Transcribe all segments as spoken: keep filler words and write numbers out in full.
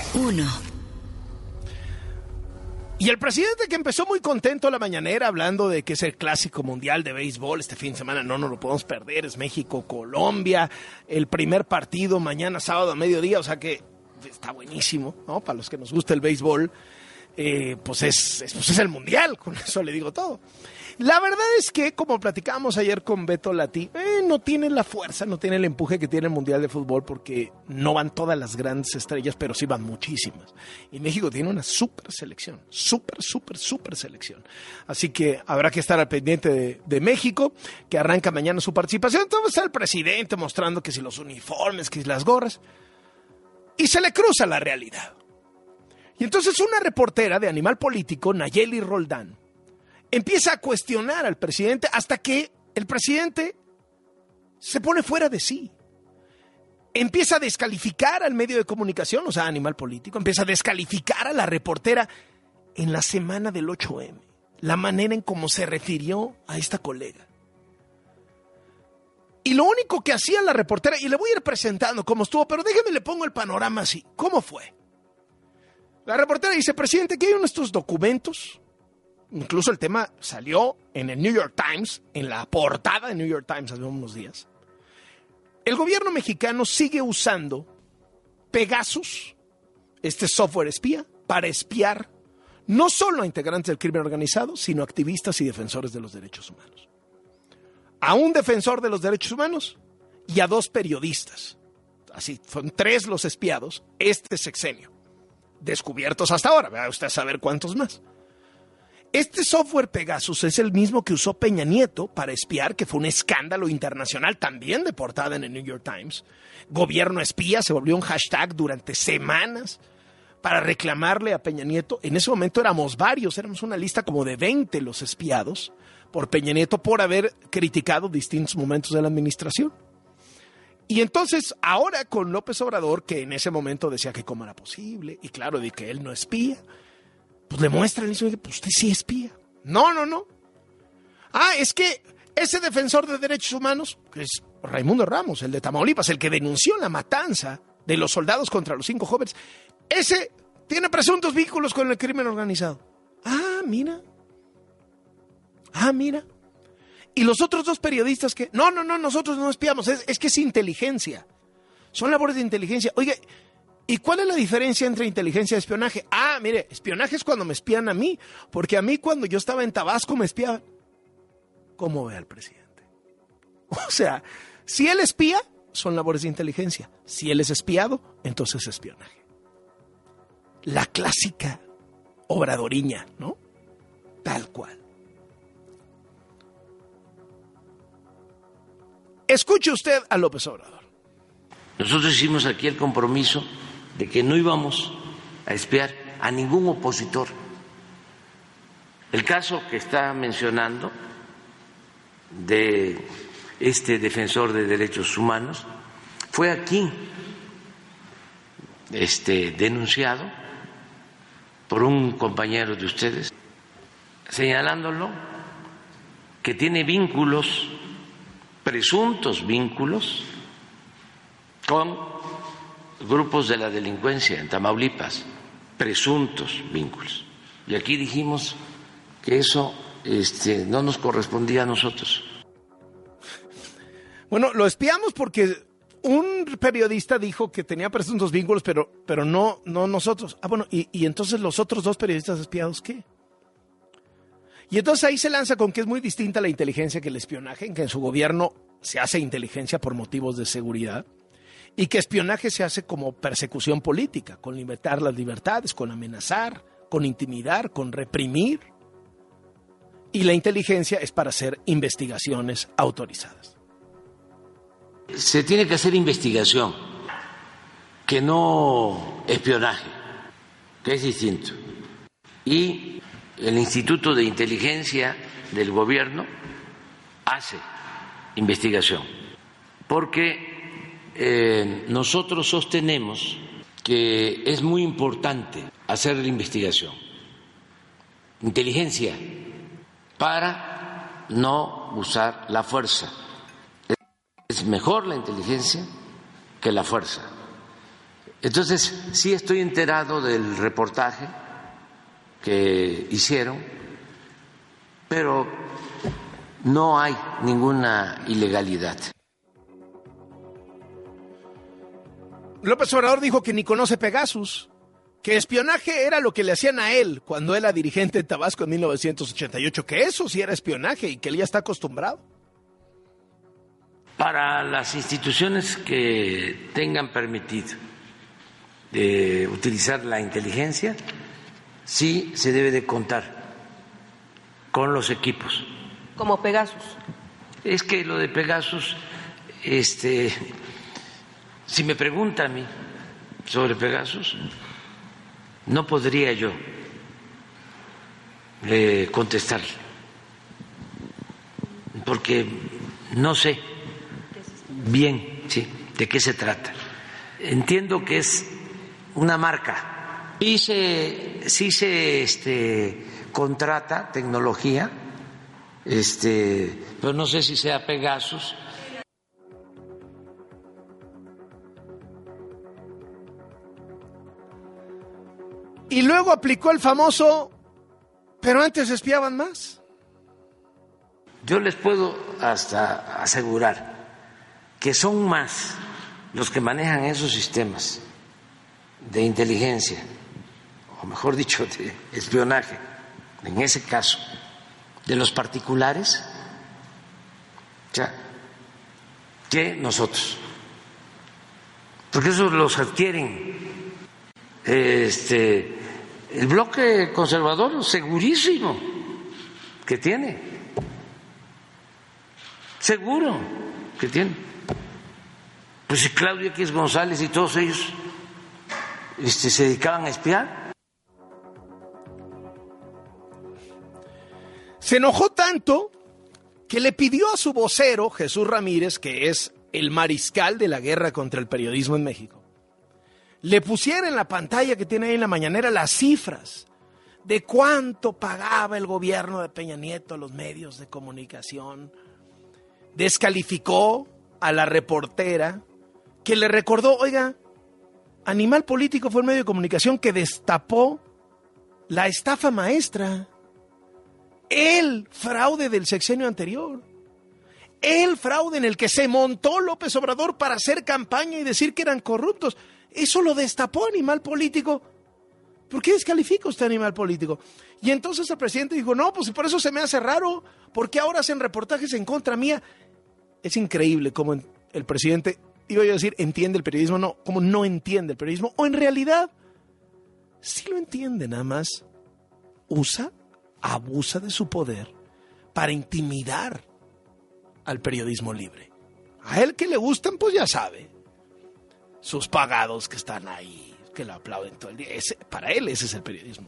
uno. Y el presidente, que empezó muy contento la mañanera hablando de que es el clásico mundial de béisbol este fin de semana, no nos lo podemos perder, es México-Colombia, el primer partido mañana sábado a mediodía, o sea que está buenísimo, ¿no? Para los que nos gusta el béisbol, eh, pues, es, es, pues es el mundial, con eso le digo todo. La verdad es que, como platicábamos ayer con Beto Lati, eh, no tiene la fuerza, no tiene el empuje que tiene el Mundial de Fútbol, porque no van todas las grandes estrellas, pero sí van muchísimas. Y México tiene una súper selección, súper, súper, súper selección. Así que habrá que estar al pendiente de, de México, que arranca mañana su participación. Entonces está el presidente mostrando que si los uniformes, que si las gorras, y se le cruza la realidad. Y entonces una reportera de Animal Político, Nayeli Roldán, empieza a cuestionar al presidente hasta que el presidente se pone fuera de sí. Empieza a descalificar al medio de comunicación, o sea, Animal Político, empieza a descalificar a la reportera en la semana del ocho eme, la manera en cómo se refirió a esta colega. Y lo único que hacía la reportera, y le voy a ir presentando cómo estuvo, pero déjeme le pongo el panorama así. ¿Cómo fue? La reportera dice, presidente, que hay unos estos documentos. Incluso el tema salió en el New York Times, en la portada del New York Times hace unos días. El gobierno mexicano sigue usando Pegasus, este software espía, para espiar no solo a integrantes del crimen organizado, sino a activistas y defensores de los derechos humanos. A un defensor de los derechos humanos y a dos periodistas. Así, son tres los espiados este sexenio. Descubiertos hasta ahora, vaya usted a saber cuántos más. Este software Pegasus es el mismo que usó Peña Nieto para espiar, que fue un escándalo internacional, también de portada en el New York Times. Gobierno espía se volvió un hashtag durante semanas para reclamarle a Peña Nieto. En ese momento éramos varios, éramos una lista como de veinte los espiados por Peña Nieto por haber criticado distintos momentos de la administración. Y entonces, ahora con López Obrador, que en ese momento decía que cómo era posible, y claro, de que él no espía, pues le muestran y dicen, pues usted sí espía. No, no, no. Ah, es que ese defensor de derechos humanos, que es Raimundo Ramos, el de Tamaulipas, el que denunció la matanza de los soldados contra los cinco jóvenes, ese tiene presuntos vínculos con el crimen organizado. Ah, mira. Ah, mira. Y los otros dos periodistas que, no, no, no, nosotros no espiamos, es, es que es inteligencia. Son labores de inteligencia. Oiga, ¿y cuál es la diferencia entre inteligencia y espionaje? Ah, mire, espionaje es cuando me espían a mí, porque a mí cuando yo estaba en Tabasco me espiaban. ¿Cómo ve al presidente? O sea, si él espía, son labores de inteligencia. Si él es espiado, entonces es espionaje. La clásica obradoriña, ¿no? Tal cual. Escuche usted a López Obrador. Nosotros hicimos aquí el compromiso de que no íbamos a espiar a ningún opositor. El caso que está mencionando de este defensor de derechos humanos fue aquí este, denunciado por un compañero de ustedes, señalándolo que tiene vínculos, presuntos vínculos, con grupos de la delincuencia en Tamaulipas, presuntos vínculos. Y aquí dijimos que eso este, no nos correspondía a nosotros. Bueno, lo espiamos porque un periodista dijo que tenía presuntos vínculos, pero, pero no, no nosotros. Ah, bueno, y, y entonces los otros dos periodistas espiados, ¿qué? Y entonces ahí se lanza con que es muy distinta la inteligencia que el espionaje, en que en su gobierno se hace inteligencia por motivos de seguridad, y que espionaje se hace como persecución política, con limitar las libertades, con amenazar, con intimidar, con reprimir. Y la inteligencia es para hacer investigaciones autorizadas. Se tiene que hacer investigación, que no espionaje, que es distinto. Y el Instituto de Inteligencia del Gobierno hace investigación, porque eh, nosotros sostenemos que es muy importante hacer la investigación, inteligencia, para no usar la fuerza. Es mejor la inteligencia que la fuerza. Entonces, sí estoy enterado del reportaje que hicieron, pero no hay ninguna ilegalidad. López Obrador dijo que ni conoce Pegasus, que espionaje era lo que le hacían a él cuando era dirigente en Tabasco en mil novecientos ochenta y ocho, que eso sí era espionaje y que él ya está acostumbrado. Para las instituciones que tengan permitido de utilizar la inteligencia, sí se debe de contar con los equipos. Como Pegasus. Es que lo de Pegasus, este, si me pregunta a mí sobre Pegasus, no podría yo eh, contestarle, porque no sé bien, sí, de qué se trata. Entiendo que es una marca. Sí se, sí se este, contrata tecnología, este, pero no sé si sea Pegasus. Y luego aplicó el famoso, pero antes espiaban más. Yo les puedo hasta asegurar que son más los que manejan esos sistemas de inteligencia, o mejor dicho, de espionaje, en ese caso, de los particulares, o sea, que nosotros. Porque esos los adquieren este, el bloque conservador, segurísimo que tiene, seguro que tiene. Pues si Claudio X González y todos ellos este, se dedicaban a espiar. Se enojó tanto que le pidió a su vocero, Jesús Ramírez, que es el mariscal de la guerra contra el periodismo en México, le pusiera en la pantalla que tiene ahí en la mañanera las cifras de cuánto pagaba el gobierno de Peña Nieto a los medios de comunicación. Descalificó a la reportera que le recordó, oiga, Animal Político fue el medio de comunicación que destapó la estafa maestra, el fraude del sexenio anterior, el fraude en el que se montó López Obrador para hacer campaña y decir que eran corruptos. Eso lo destapó Animal Político. ¿Por qué descalifica usted Animal Político? Y entonces el presidente dijo, no, pues por eso se me hace raro, porque ahora hacen reportajes en contra mía. Es increíble cómo el presidente, iba yo a decir, entiende el periodismo, no, cómo no entiende el periodismo, o en realidad sí lo entiende, nada más usa, abusa de su poder para intimidar al periodismo libre. A él que le gustan, pues ya sabe, sus pagados que están ahí, que lo aplauden todo el día. Ese, para él ese es el periodismo.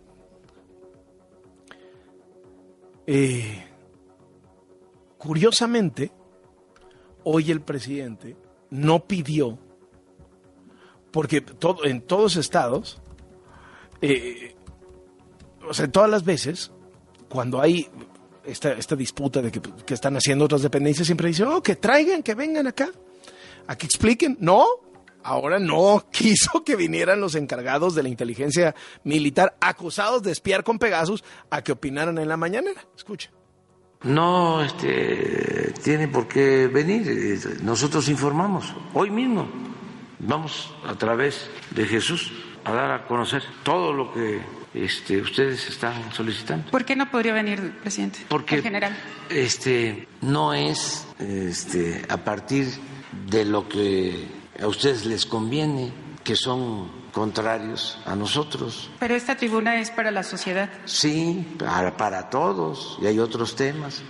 Eh, curiosamente, hoy el presidente no pidió, porque todo, en todos estados, eh, o sea, todas las veces, cuando hay esta, esta disputa de que, que están haciendo otras dependencias, siempre dicen, oh, que traigan, que vengan acá, a que expliquen. No, ahora no quiso que vinieran los encargados de la inteligencia militar acusados de espiar con Pegasus a que opinaran en la mañanera. Escucha. No este, tiene por qué venir. Nosotros informamos. Hoy mismo vamos a través de Jesús a dar a conocer todo lo que este, ustedes están solicitando. ¿Por qué no podría venir, presidente? Porque en general. Este, no es este, a partir de lo que a ustedes les conviene, que son contrarios a nosotros. Pero esta tribuna es para la sociedad. Sí, para, para todos, y hay otros temas.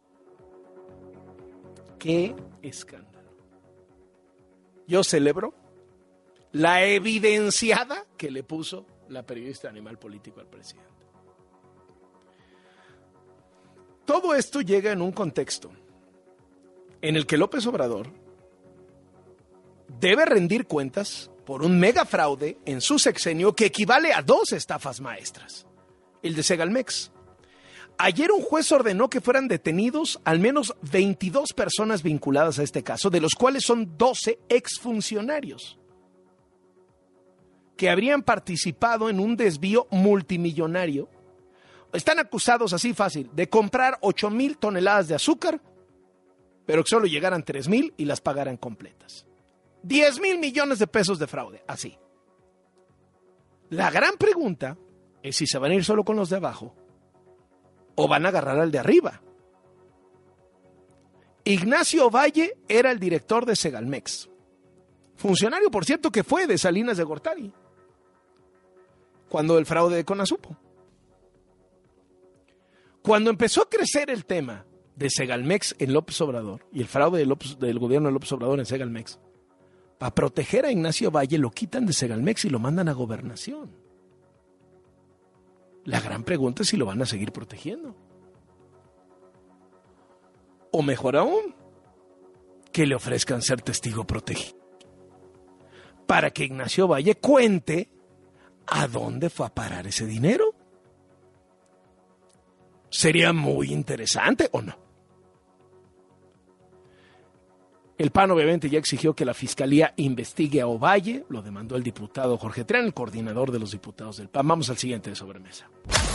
¡Qué escándalo! Yo celebro la evidenciada que le puso la periodista Animal Político al presidente. Todo esto llega en un contexto en el que López Obrador debe rendir cuentas por un mega fraude en su sexenio que equivale a dos estafas maestras, el de Segalmex. Ayer un juez ordenó que fueran detenidos al menos veintidós personas vinculadas a este caso, de los cuales son doce exfuncionarios. que habrían participado en un desvío multimillonario. Están acusados así fácil de comprar ocho mil toneladas de azúcar, pero que solo llegaran tres mil y las pagaran completas. diez mil millones de pesos de fraude, así. La gran pregunta es si se van a ir solo con los de abajo o van a agarrar al de arriba. Ignacio Valle era el director de Segalmex. Funcionario, por cierto, que fue de Salinas de Gortari cuando el fraude de Conasupo. Cuando empezó a crecer el tema de Segalmex en López Obrador y el fraude de López, del gobierno de López Obrador en Segalmex, para proteger a Ignacio Valle lo quitan de Segalmex y lo mandan a Gobernación. La gran pregunta es si lo van a seguir protegiendo. O mejor aún, que le ofrezcan ser testigo protegido, para que Ignacio Valle cuente a dónde fue a parar ese dinero. Sería muy interesante, ¿o no? El P A N obviamente ya exigió que la Fiscalía investigue a Ovalle, lo demandó el diputado Jorge Trián, el coordinador de los diputados del P A N. Vamos al siguiente de sobremesa.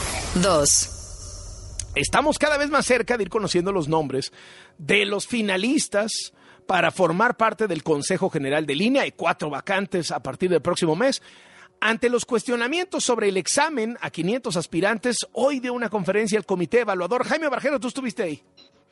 Dos. Estamos cada vez más cerca de ir conociendo los nombres de los finalistas para formar parte del Consejo General del I N E. Hay cuatro vacantes a partir del próximo mes. Ante los cuestionamientos sobre el examen a quinientos aspirantes, hoy de una conferencia el Comité Evaluador. Jaime Barjero, tú estuviste ahí.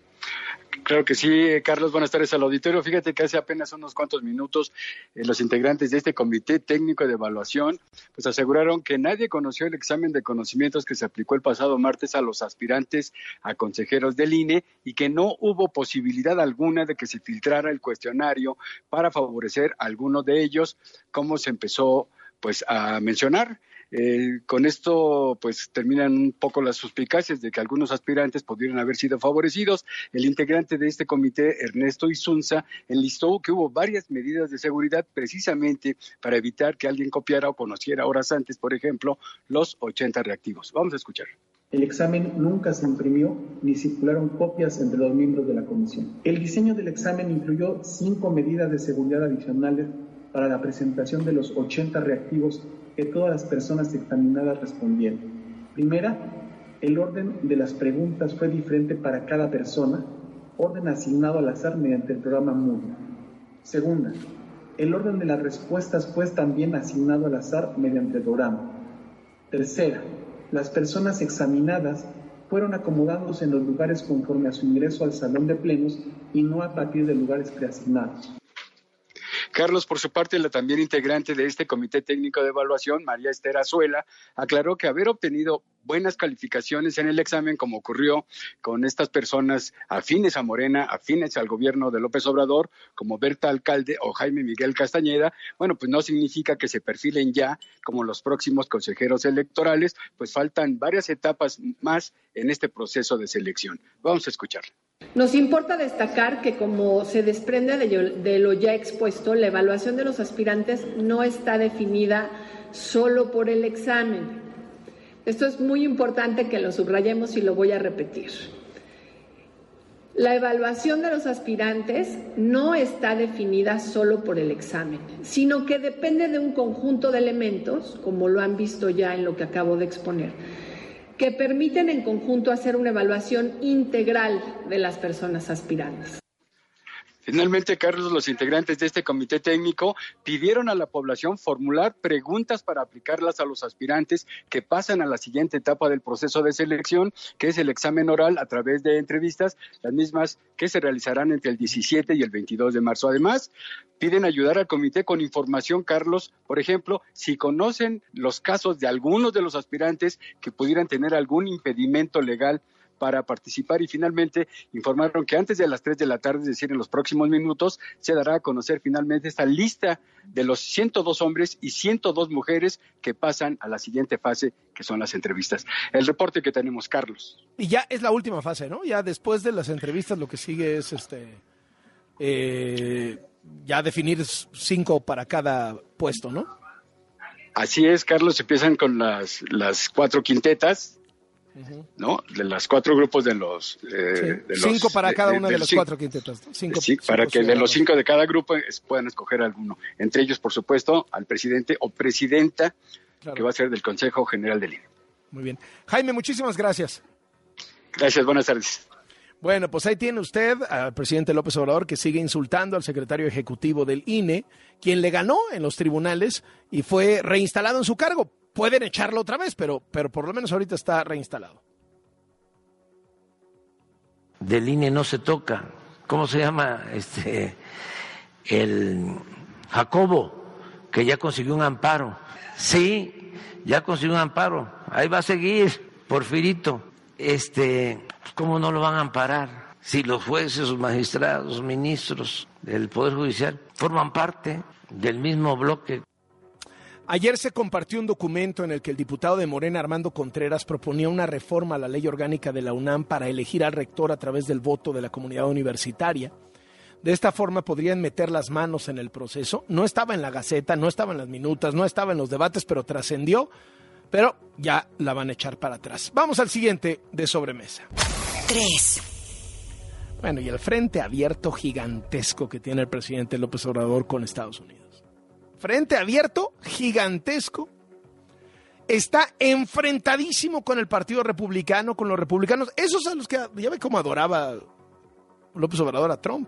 Claro que sí, Carlos, buenas tardes al auditorio. Fíjate que hace apenas unos cuantos minutos eh, los integrantes de este Comité Técnico de Evaluación pues aseguraron que nadie conoció el examen de conocimientos que se aplicó el pasado martes a los aspirantes a consejeros del I N E y que no hubo posibilidad alguna de que se filtrara el cuestionario para favorecer a alguno de ellos, como se empezó pues a mencionar. Eh, con esto pues terminan un poco las suspicacias de que algunos aspirantes pudieran haber sido favorecidos. El integrante de este comité, Ernesto Isunza, enlistó que hubo varias medidas de seguridad precisamente para evitar que alguien copiara o conociera horas antes, por ejemplo, los ochenta reactivos. Vamos a escuchar. El examen nunca se imprimió ni circularon copias entre los miembros de la comisión. El diseño del examen incluyó cinco medidas de seguridad adicionales para la presentación de los ochenta reactivos que todas las personas examinadas respondieron. Primera, el orden de las preguntas fue diferente para cada persona, orden asignado al azar mediante el programa Moodle. Segunda, el orden de las respuestas fue también asignado al azar mediante el programa. Tercera, las personas examinadas fueron acomodándose en los lugares conforme a su ingreso al salón de plenos y no a partir de lugares preasignados. Carlos, por su parte, la también integrante de este Comité Técnico de Evaluación, María Esther Azuela, aclaró que haber obtenido buenas calificaciones en el examen, como ocurrió con estas personas afines a Morena, afines al gobierno de López Obrador, como Berta Alcalde o Jaime Miguel Castañeda, bueno, pues no significa que se perfilen ya como los próximos consejeros electorales, pues faltan varias etapas más en este proceso de selección. Vamos a escuchar. Nos importa destacar que, como se desprende de lo ya expuesto, la evaluación de los aspirantes no está definida solo por el examen. Esto es muy importante que lo subrayemos y lo voy a repetir. La evaluación de los aspirantes no está definida solo por el examen, sino que depende de un conjunto de elementos, como lo han visto ya en lo que acabo de exponer, que permiten en conjunto hacer una evaluación integral de las personas aspirantes. Finalmente, Carlos, los integrantes de este comité técnico pidieron a la población formular preguntas para aplicarlas a los aspirantes que pasan a la siguiente etapa del proceso de selección, que es el examen oral a través de entrevistas, las mismas que se realizarán entre el diecisiete y el veintidós de marzo. Además, piden ayudar al comité con información, Carlos, por ejemplo, si conocen los casos de algunos de los aspirantes que pudieran tener algún impedimento legal para participar, y finalmente informaron que antes de las tres de la tarde, es decir, en los próximos minutos, se dará a conocer finalmente esta lista de los ciento dos hombres y ciento dos mujeres que pasan a la siguiente fase, que son las entrevistas. El reporte que tenemos, Carlos. Y ya es la última fase, ¿no? Ya después de las entrevistas lo que sigue es este eh, ya definir cinco para cada puesto, ¿no? Así es, Carlos, empiezan con las, las cuatro quintetas, ¿no? De los cuatro grupos de los... Eh, sí. de los cinco para de, cada de, una de, de las cinco, cuatro quintetas. ¿no? Cinco, sí, cinco para que ciudadanos. de los cinco de cada grupo es, puedan escoger alguno. Entre ellos, por supuesto, al presidente o presidenta, claro, que va a ser del Consejo General del I N E. Muy bien. Jaime, muchísimas gracias. Gracias, buenas tardes. Bueno, pues ahí tiene usted al presidente López Obrador, que sigue insultando al secretario ejecutivo del I N E, quien le ganó en los tribunales y fue reinstalado en su cargo. Pueden echarlo otra vez, pero, pero por lo menos ahorita está reinstalado. Del I N E no se toca. ¿Cómo se llama? Este, el Jacobo, que ya consiguió un amparo. Sí, ya consiguió un amparo. Ahí va a seguir, Porfirito. Este, ¿cómo no lo van a amparar? Si los jueces, los magistrados, los ministros del Poder Judicial forman parte del mismo bloque. Ayer se compartió un documento en el que el diputado de Morena, Armando Contreras, proponía una reforma a la ley orgánica de la UNAM para elegir al rector a través del voto de la comunidad universitaria. De esta forma podrían meter las manos en el proceso. No estaba en la Gaceta, no estaba en las minutas, no estaba en los debates, pero trascendió. Pero ya la van a echar para atrás. Vamos al siguiente de sobremesa. Tres. Bueno, y el frente abierto gigantesco que tiene el presidente López Obrador con Estados Unidos. Frente abierto gigantesco. Está enfrentadísimo con el Partido Republicano, con los republicanos. Esos a los que ya ve cómo adoraba López Obrador a Trump.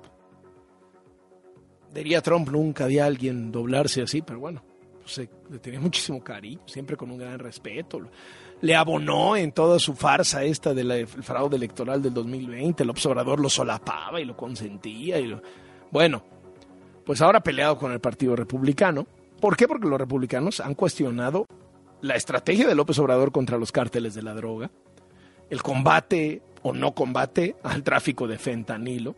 Diría Trump, nunca había alguien doblarse así, pero bueno. Pues, le tenía muchísimo cariño, siempre con un gran respeto. Le abonó en toda su farsa esta del fraude electoral del dos mil veinte. López Obrador lo solapaba y lo consentía. Y lo... Bueno, pues ahora peleado con el Partido Republicano. ¿Por qué? Porque los republicanos han cuestionado la estrategia de López Obrador contra los cárteles de la droga, el combate o no combate al tráfico de fentanilo.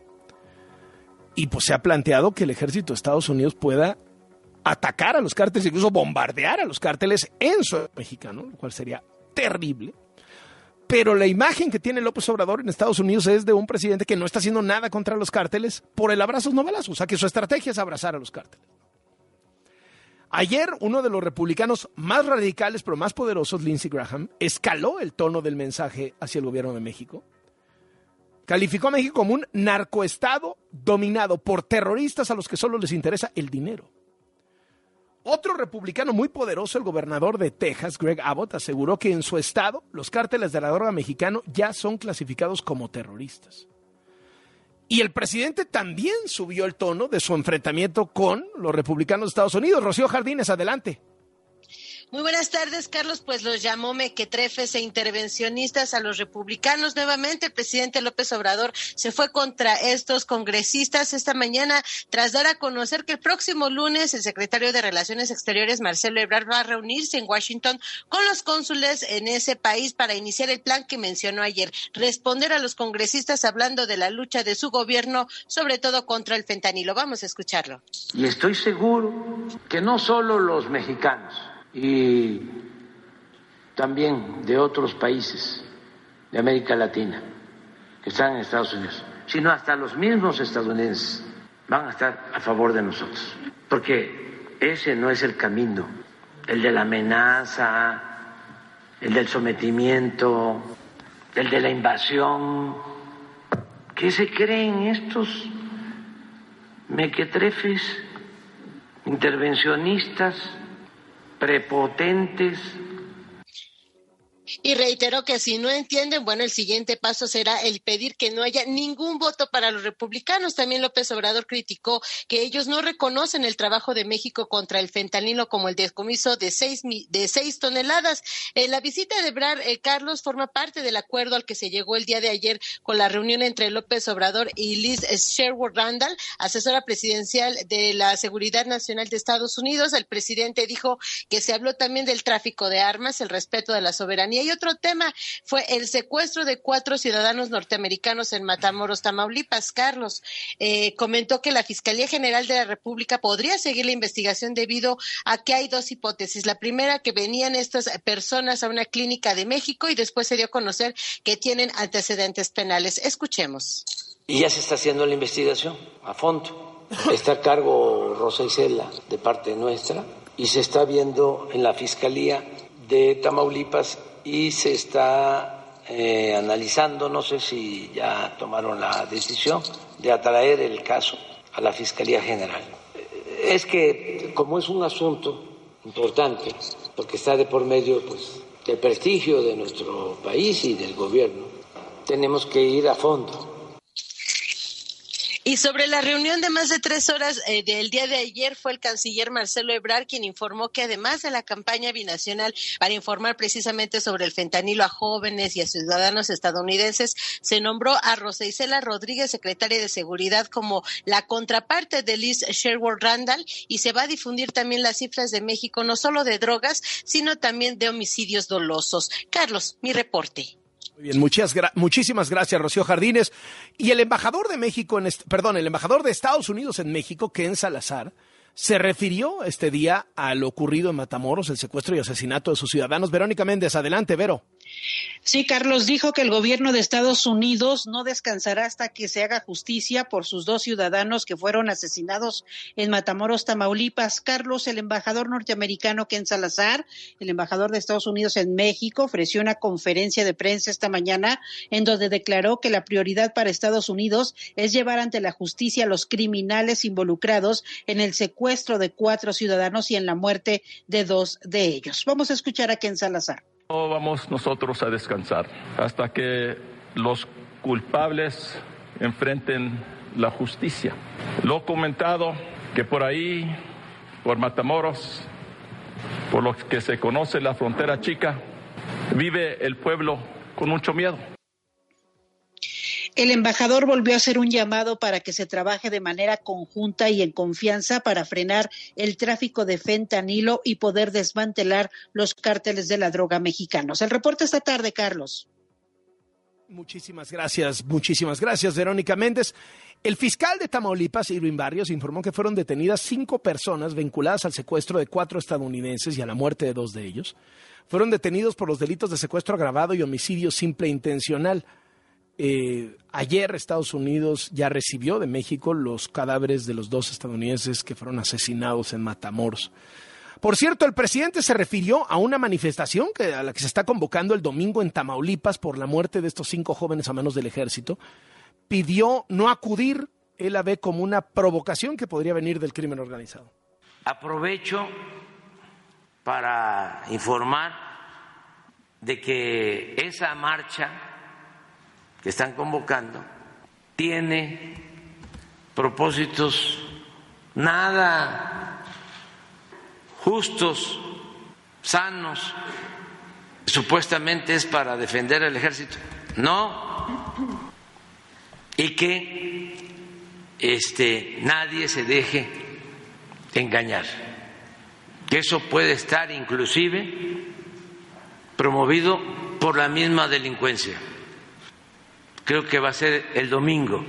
Y pues se ha planteado que el ejército de Estados Unidos pueda atacar a los cárteles, incluso bombardear a los cárteles en suelo mexicano, lo cual sería terrible. Pero la imagen que tiene López Obrador en Estados Unidos es de un presidente que no está haciendo nada contra los cárteles por el abrazos no balazos, o sea que su estrategia es abrazar a los cárteles. Ayer uno de los republicanos más radicales pero más poderosos, Lindsey Graham, escaló el tono del mensaje hacia el gobierno de México. Calificó a México como un narcoestado dominado por terroristas a los que solo les interesa el dinero. Otro republicano muy poderoso, el gobernador de Texas, Greg Abbott, aseguró que en su estado los cárteles de la droga mexicano ya son clasificados como terroristas. Y el presidente también subió el tono de su enfrentamiento con los republicanos de Estados Unidos. Rocío Jardines, adelante. Muy buenas tardes, Carlos. Pues los llamó mequetrefes e intervencionistas a los republicanos. Nuevamente, el presidente López Obrador se fue contra estos congresistas esta mañana tras dar a conocer que el próximo lunes el secretario de Relaciones Exteriores, Marcelo Ebrard, va a reunirse en Washington con los cónsules en ese país para iniciar el plan que mencionó ayer, responder a los congresistas hablando de la lucha de su gobierno, sobre todo contra el fentanilo. Vamos a escucharlo. Y estoy seguro que no solo los mexicanos, y también de otros países de América Latina que están en Estados Unidos, sino hasta los mismos estadounidenses van a estar a favor de nosotros, porque ese no es el camino, el de la amenaza, el del sometimiento, el de la invasión. ¿Qué se creen estos mequetrefes, intervencionistas, prepotentes? Y reiteró que si no entienden, bueno, el siguiente paso será el pedir que no haya ningún voto para los republicanos. También López Obrador criticó que ellos no reconocen el trabajo de México contra el fentanilo, como el decomiso de seis, de seis toneladas. Eh, la visita de Ebrard, eh, Carlos, forma parte del acuerdo al que se llegó el día de ayer con la reunión entre López Obrador y Liz Sherwood Randall, asesora presidencial de la Seguridad Nacional de Estados Unidos. El presidente dijo que se habló también del tráfico de armas, el respeto de la soberanía. Y otro tema fue el secuestro de cuatro ciudadanos norteamericanos en Matamoros, Tamaulipas. Carlos eh, comentó que la Fiscalía General de la República podría seguir la investigación debido a que hay dos hipótesis. La primera, que venían estas personas a una clínica de México y después se dio a conocer que tienen antecedentes penales. Escuchemos. Y ya se está haciendo la investigación a fondo. Está a cargo Rosa Isela de parte nuestra y se está viendo en la Fiscalía de Tamaulipas y se está eh, analizando, no sé si ya tomaron la decisión de atraer el caso a la Fiscalía General. Es que como es un asunto importante, porque está de por medio pues el prestigio de nuestro país y del gobierno, tenemos que ir a fondo. Y sobre la reunión de más de tres horas eh, del día de ayer, fue el canciller Marcelo Ebrard quien informó que además de la campaña binacional para informar precisamente sobre el fentanilo a jóvenes y a ciudadanos estadounidenses, se nombró a Rosa Isela Rodríguez, secretaria de Seguridad, como la contraparte de Liz Sherwood Randall, y se va a difundir también las cifras de México, no solo de drogas, sino también de homicidios dolosos. Carlos, mi reporte. Muy bien, muchas gra- muchísimas gracias, Rocío Jardines. Y el embajador de México, en est- perdón, el embajador de Estados Unidos en México, Ken Salazar, se refirió este día a lo ocurrido en Matamoros, el secuestro y asesinato de sus ciudadanos. Verónica Méndez, adelante, Vero. Sí, Carlos, dijo que el gobierno de Estados Unidos no descansará hasta que se haga justicia por sus dos ciudadanos que fueron asesinados en Matamoros, Tamaulipas. Carlos, el embajador norteamericano Ken Salazar, el embajador de Estados Unidos en México, ofreció una conferencia de prensa esta mañana en donde declaró que la prioridad para Estados Unidos es llevar ante la justicia a los criminales involucrados en el secuestro de cuatro ciudadanos y en la muerte de dos de ellos. Vamos a escuchar a Ken Salazar. No vamos nosotros a descansar hasta que los culpables enfrenten la justicia. Lo comentado que por ahí, por Matamoros, por lo que se conoce la frontera chica, vive el pueblo con mucho miedo. El embajador volvió a hacer un llamado para que se trabaje de manera conjunta y en confianza para frenar el tráfico de fentanilo y poder desmantelar los cárteles de la droga mexicanos. El reporte esta tarde, Carlos. Muchísimas gracias, muchísimas gracias, Verónica Méndez. El fiscal de Tamaulipas, Irving Barrios, informó que fueron detenidas cinco personas vinculadas al secuestro de cuatro estadounidenses y a la muerte de dos de ellos. Fueron detenidos por los delitos de secuestro agravado y homicidio simple e intencional. Eh, ayer Estados Unidos ya recibió de México los cadáveres de los dos estadounidenses que fueron asesinados en Matamoros. Por cierto, el presidente se refirió a una manifestación que, a la que se está convocando el domingo en Tamaulipas por la muerte de estos cinco jóvenes a manos del ejército. Pidió no acudir, él la ve como una provocación que podría venir del crimen organizado. Aprovecho para informar de que esa marcha que están convocando tiene propósitos nada justos, sanos. Supuestamente es para defender al ejército. No. Y que este, nadie se deje engañar. Que eso puede estar inclusive promovido por la misma delincuencia. Creo que va a ser el domingo.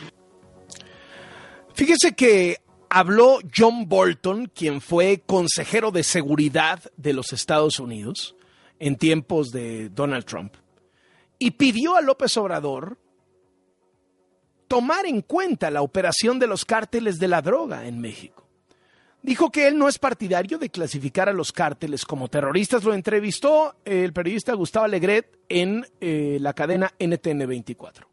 Fíjese que habló John Bolton, quien fue consejero de seguridad de los Estados Unidos en tiempos de Donald Trump, y pidió a López Obrador tomar en cuenta la operación de los cárteles de la droga en México. Dijo que él no es partidario de clasificar a los cárteles como terroristas. Lo entrevistó el periodista Gustavo Alegret en eh, la cadena N T N veinticuatro.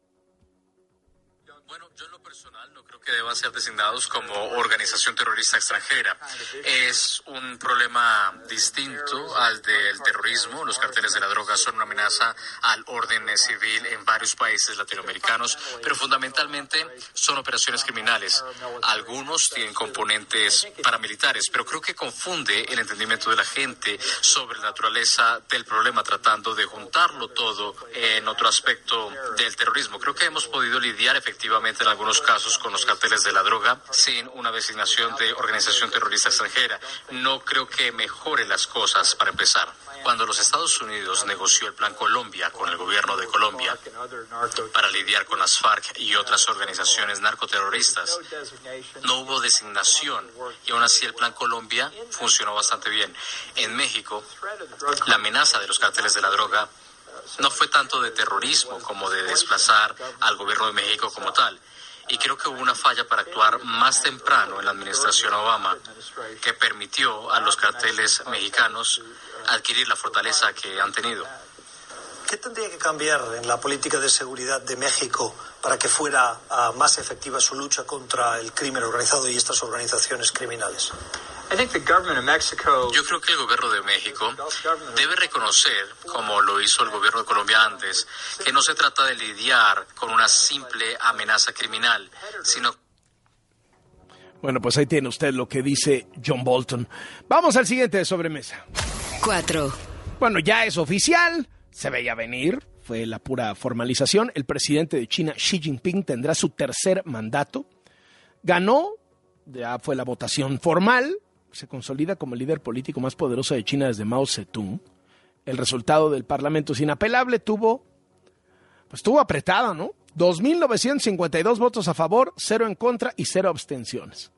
Bueno, yo en lo personal no creo que deban ser designados como organización terrorista extranjera. Es un problema distinto al del terrorismo. Los carteles de la droga son una amenaza al orden civil en varios países latinoamericanos, pero fundamentalmente son operaciones criminales. Algunos tienen componentes paramilitares, pero creo que confunde el entendimiento de la gente sobre la naturaleza del problema, tratando de juntarlo todo en otro aspecto del terrorismo. Creo que hemos podido lidiar efectivamente en algunos casos con los carteles de la droga sin una designación de organización terrorista extranjera. No creo que mejore las cosas. Para empezar, cuando los Estados Unidos negoció el Plan Colombia con el gobierno de Colombia para lidiar con las FARC y otras organizaciones narcoterroristas, no hubo designación y aún así el Plan Colombia funcionó bastante bien. En México, la amenaza de los carteles de la droga no fue tanto de terrorismo como de desplazar al gobierno de México como tal. Y creo que hubo una falla para actuar más temprano en la administración Obama, que permitió a los carteles mexicanos adquirir la fortaleza que han tenido. ¿Qué tendría que cambiar en la política de seguridad de México para que fuera uh, más efectiva su lucha contra el crimen organizado y estas organizaciones criminales? Yo creo que el gobierno de México debe reconocer, como lo hizo el gobierno de Colombia antes, que no se trata de lidiar con una simple amenaza criminal, sino... Bueno, pues ahí tiene usted lo que dice John Bolton. Vamos al siguiente de sobremesa. Cuatro. Bueno, ya es oficial, se veía venir, fue la pura formalización. El presidente de China, Xi Jinping, tendrá su tercer mandato. Ganó, ya fue la votación formal. Se consolida como el líder político más poderoso de China desde Mao Zedong. El resultado del Parlamento es inapelable, tuvo, pues tuvo apretada, ¿no? dos mil novecientos cincuenta y dos votos a favor, cero en contra y cero abstenciones.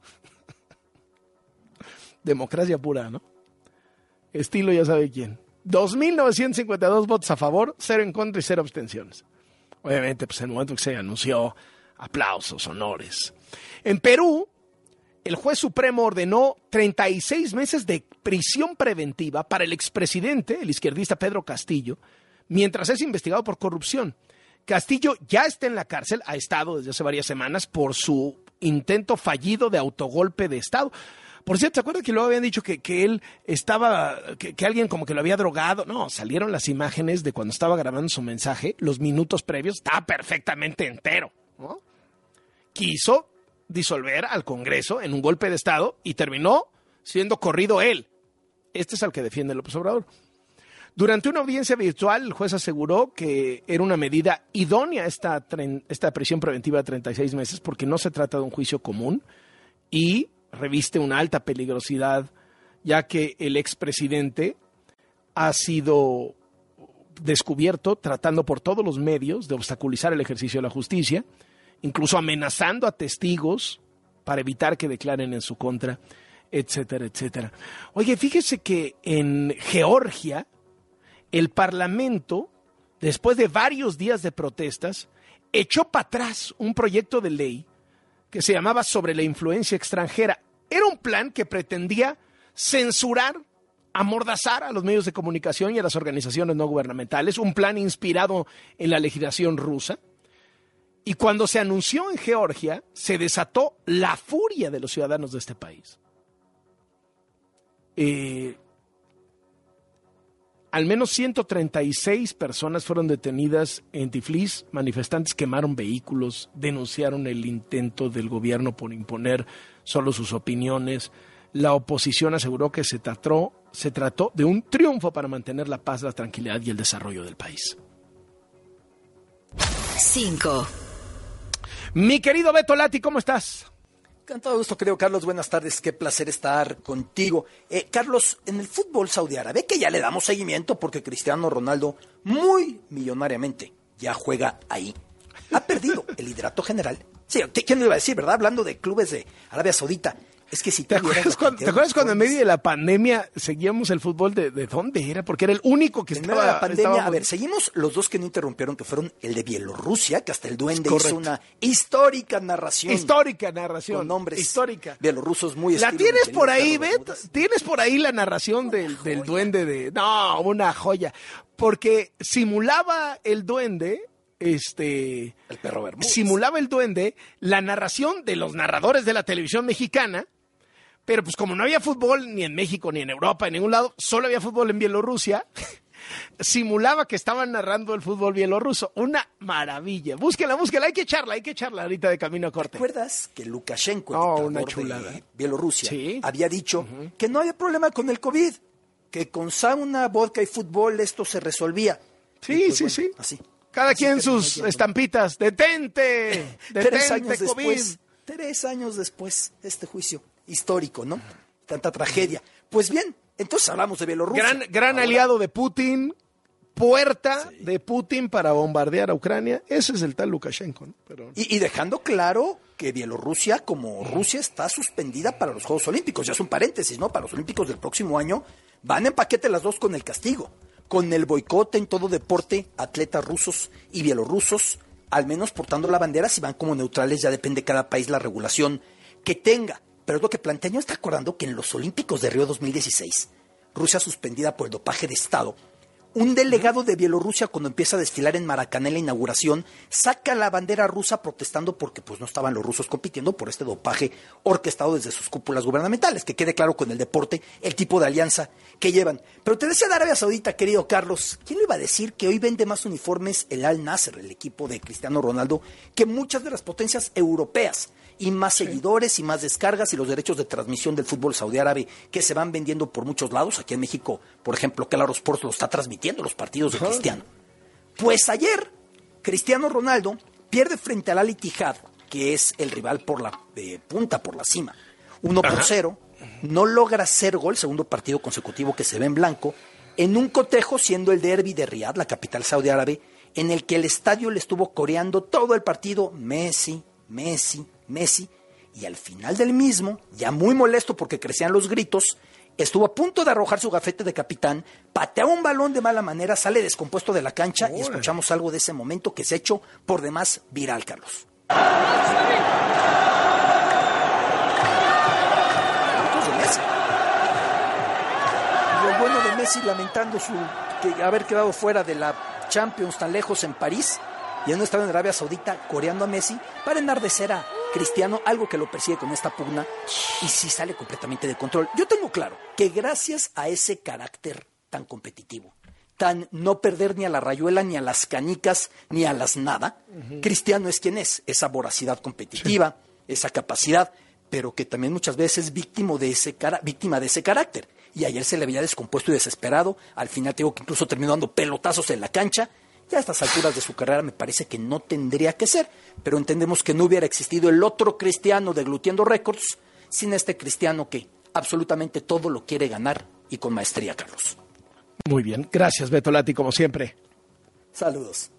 Democracia pura, ¿no? Estilo ya sabe quién. dos mil novecientos cincuenta y dos votos a favor, cero en contra y cero abstenciones. Obviamente, pues en el momento que se anunció, aplausos, honores. En Perú, el juez supremo ordenó treinta y seis meses de prisión preventiva para el expresidente, el izquierdista Pedro Castillo, mientras es investigado por corrupción. Castillo ya está en la cárcel, ha estado desde hace varias semanas por su intento fallido de autogolpe de Estado. Por cierto, ¿se acuerdan que luego habían dicho que, que él estaba, que, que alguien como que lo había drogado? No, salieron las imágenes de cuando estaba grabando su mensaje, los minutos previos, estaba perfectamente entero, ¿no? Quiso disolver al Congreso en un golpe de Estado y terminó siendo corrido él. Este es al que defiende López Obrador. Durante una audiencia virtual, el juez aseguró que era una medida idónea esta, esta prisión preventiva de treinta y seis meses porque no se trata de un juicio común y reviste una alta peligrosidad, ya que el expresidente ha sido descubierto tratando por todos los medios de obstaculizar el ejercicio de la justicia, incluso amenazando a testigos para evitar que declaren en su contra, etcétera, etcétera. Oye, fíjese que en Georgia, el Parlamento, después de varios días de protestas, echó para atrás un proyecto de ley que se llamaba Sobre la influencia extranjera. Era un plan que pretendía censurar, amordazar a los medios de comunicación y a las organizaciones no gubernamentales, un plan inspirado en la legislación rusa. Y cuando se anunció en Georgia, se desató la furia de los ciudadanos de este país. Eh, al menos ciento treinta y seis personas fueron detenidas en Tiflis. Manifestantes quemaron vehículos, denunciaron el intento del gobierno por imponer solo sus opiniones. La oposición aseguró que se trató, se trató de un triunfo para mantener la paz, la tranquilidad y el desarrollo del país. Cinco. Mi querido Beto Lati, ¿cómo estás? Con todo gusto, querido Carlos. Buenas tardes. Qué placer estar contigo. Eh, Carlos, en el fútbol saudí árabe, que ya le damos seguimiento porque Cristiano Ronaldo, muy millonariamente, ya juega ahí. Ha perdido el liderato general. Sí, ¿quién lo iba a decir, verdad? Hablando de clubes de Arabia Saudita. Es que si ¿Te acuerdas, cuando, ¿te acuerdas cuando en medio de la pandemia seguíamos el fútbol de, de dónde era? Porque era el único que en estaba... En medio de la pandemia, estaba... a ver, seguimos los dos que no interrumpieron, que fueron el de Bielorrusia, que hasta el Duende hizo una histórica narración. Histórica narración. Con nombres histórica. bielorrusos muy... ¿La tienes por ahí, Bet? ¿Tienes por ahí la narración del, del Duende de... No, una joya. Porque simulaba el Duende... Este, el perro Bermúdez. Simulaba el Duende la narración de los narradores de la televisión mexicana, pero pues como no había fútbol ni en México, ni en Europa, en ningún lado, solo había fútbol en Bielorrusia, simulaba que estaban narrando el fútbol bielorruso. Una maravilla. Búsquela, búsquela, hay que echarla, hay que echarla ahorita de camino a corte. ¿Recuerdas que Lukashenko, el oh, dictador de Bielorrusia, ¿sí? había dicho uh-huh. que no había problema con el COVID, que con sauna, vodka y fútbol esto se resolvía? Sí, pues, sí, bueno, sí. Así. Cada Así quien sus estampitas. ¡Detente! ¡Detente, tres años COVID! Después, tres años después, este juicio histórico, ¿no? Tanta tragedia. Pues bien, entonces hablamos de Bielorrusia. Gran, gran Ahora, aliado de Putin, puerta sí. de Putin para bombardear a Ucrania. Ese es el tal Lukashenko, ¿no? Pero... Y, y dejando claro que Bielorrusia, como Rusia, está suspendida para los Juegos Olímpicos. Ya es un paréntesis, ¿no? Para los Olímpicos del próximo año van en paquete las dos con el castigo. Con el boicot en todo deporte, atletas rusos y bielorrusos, al menos portando la bandera, si van como neutrales, ya depende de cada país la regulación que tenga. Pero es lo que plantea, ¿no está acordando que en los Olímpicos de Río dos mil dieciséis, Rusia suspendida por el dopaje de Estado, Un delegado de Bielorrusia, cuando empieza a desfilar en Maracaná en la inauguración, saca la bandera rusa protestando porque pues no estaban los rusos compitiendo por este dopaje orquestado desde sus cúpulas gubernamentales. Que quede claro con el deporte el tipo de alianza que llevan. Pero te decía de Arabia Saudita, querido Carlos, ¿quién le iba a decir que hoy vende más uniformes el Al Nasser, el equipo de Cristiano Ronaldo, que muchas de las potencias europeas? Y más sí. seguidores y más descargas y los derechos de transmisión del fútbol saudí árabe que se van vendiendo por muchos lados. Aquí en México, por ejemplo, Claro Sports lo está transmitiendo los partidos de Ajá. Cristiano. Pues ayer, Cristiano Ronaldo pierde frente al Al Ittihad, que es el rival por la eh, punta, por la cima, uno por cero. No logra hacer gol, segundo partido consecutivo que se ve en blanco, en un cotejo siendo el derbi de Riad, la capital saudí árabe, en el que el estadio le estuvo coreando todo el partido Messi, Messi, Messi, y al final del mismo, ya muy molesto porque crecían los gritos, estuvo a punto de arrojar su gafete de capitán, patea un balón de mala manera, sale descompuesto de la cancha oh, y escuchamos algo de ese momento que se ha hecho por demás viral, Carlos. De Messi. Y el bueno de Messi lamentando su que haber quedado fuera de la Champions tan lejos en París y no estaba en Arabia Saudita coreando a Messi para enardecer a Cristiano, algo que lo persigue con esta pugna y sí sale completamente de control. Yo tengo claro que gracias a ese carácter tan competitivo, tan no perder ni a la rayuela, ni a las canicas, ni a las nada, uh-huh. Cristiano es quien es, esa voracidad competitiva, sí. esa capacidad, pero que también muchas veces es víctima de ese cara, víctima de ese carácter. Y ayer se le veía descompuesto y desesperado, al final te digo que incluso terminó dando pelotazos en la cancha. Ya a estas alturas de su carrera me parece que no tendría que ser, pero entendemos que no hubiera existido el otro Cristiano de Glutiendo Records sin este Cristiano que absolutamente todo lo quiere ganar y con maestría, Carlos. Muy bien, gracias Beto Lati, como siempre. Saludos.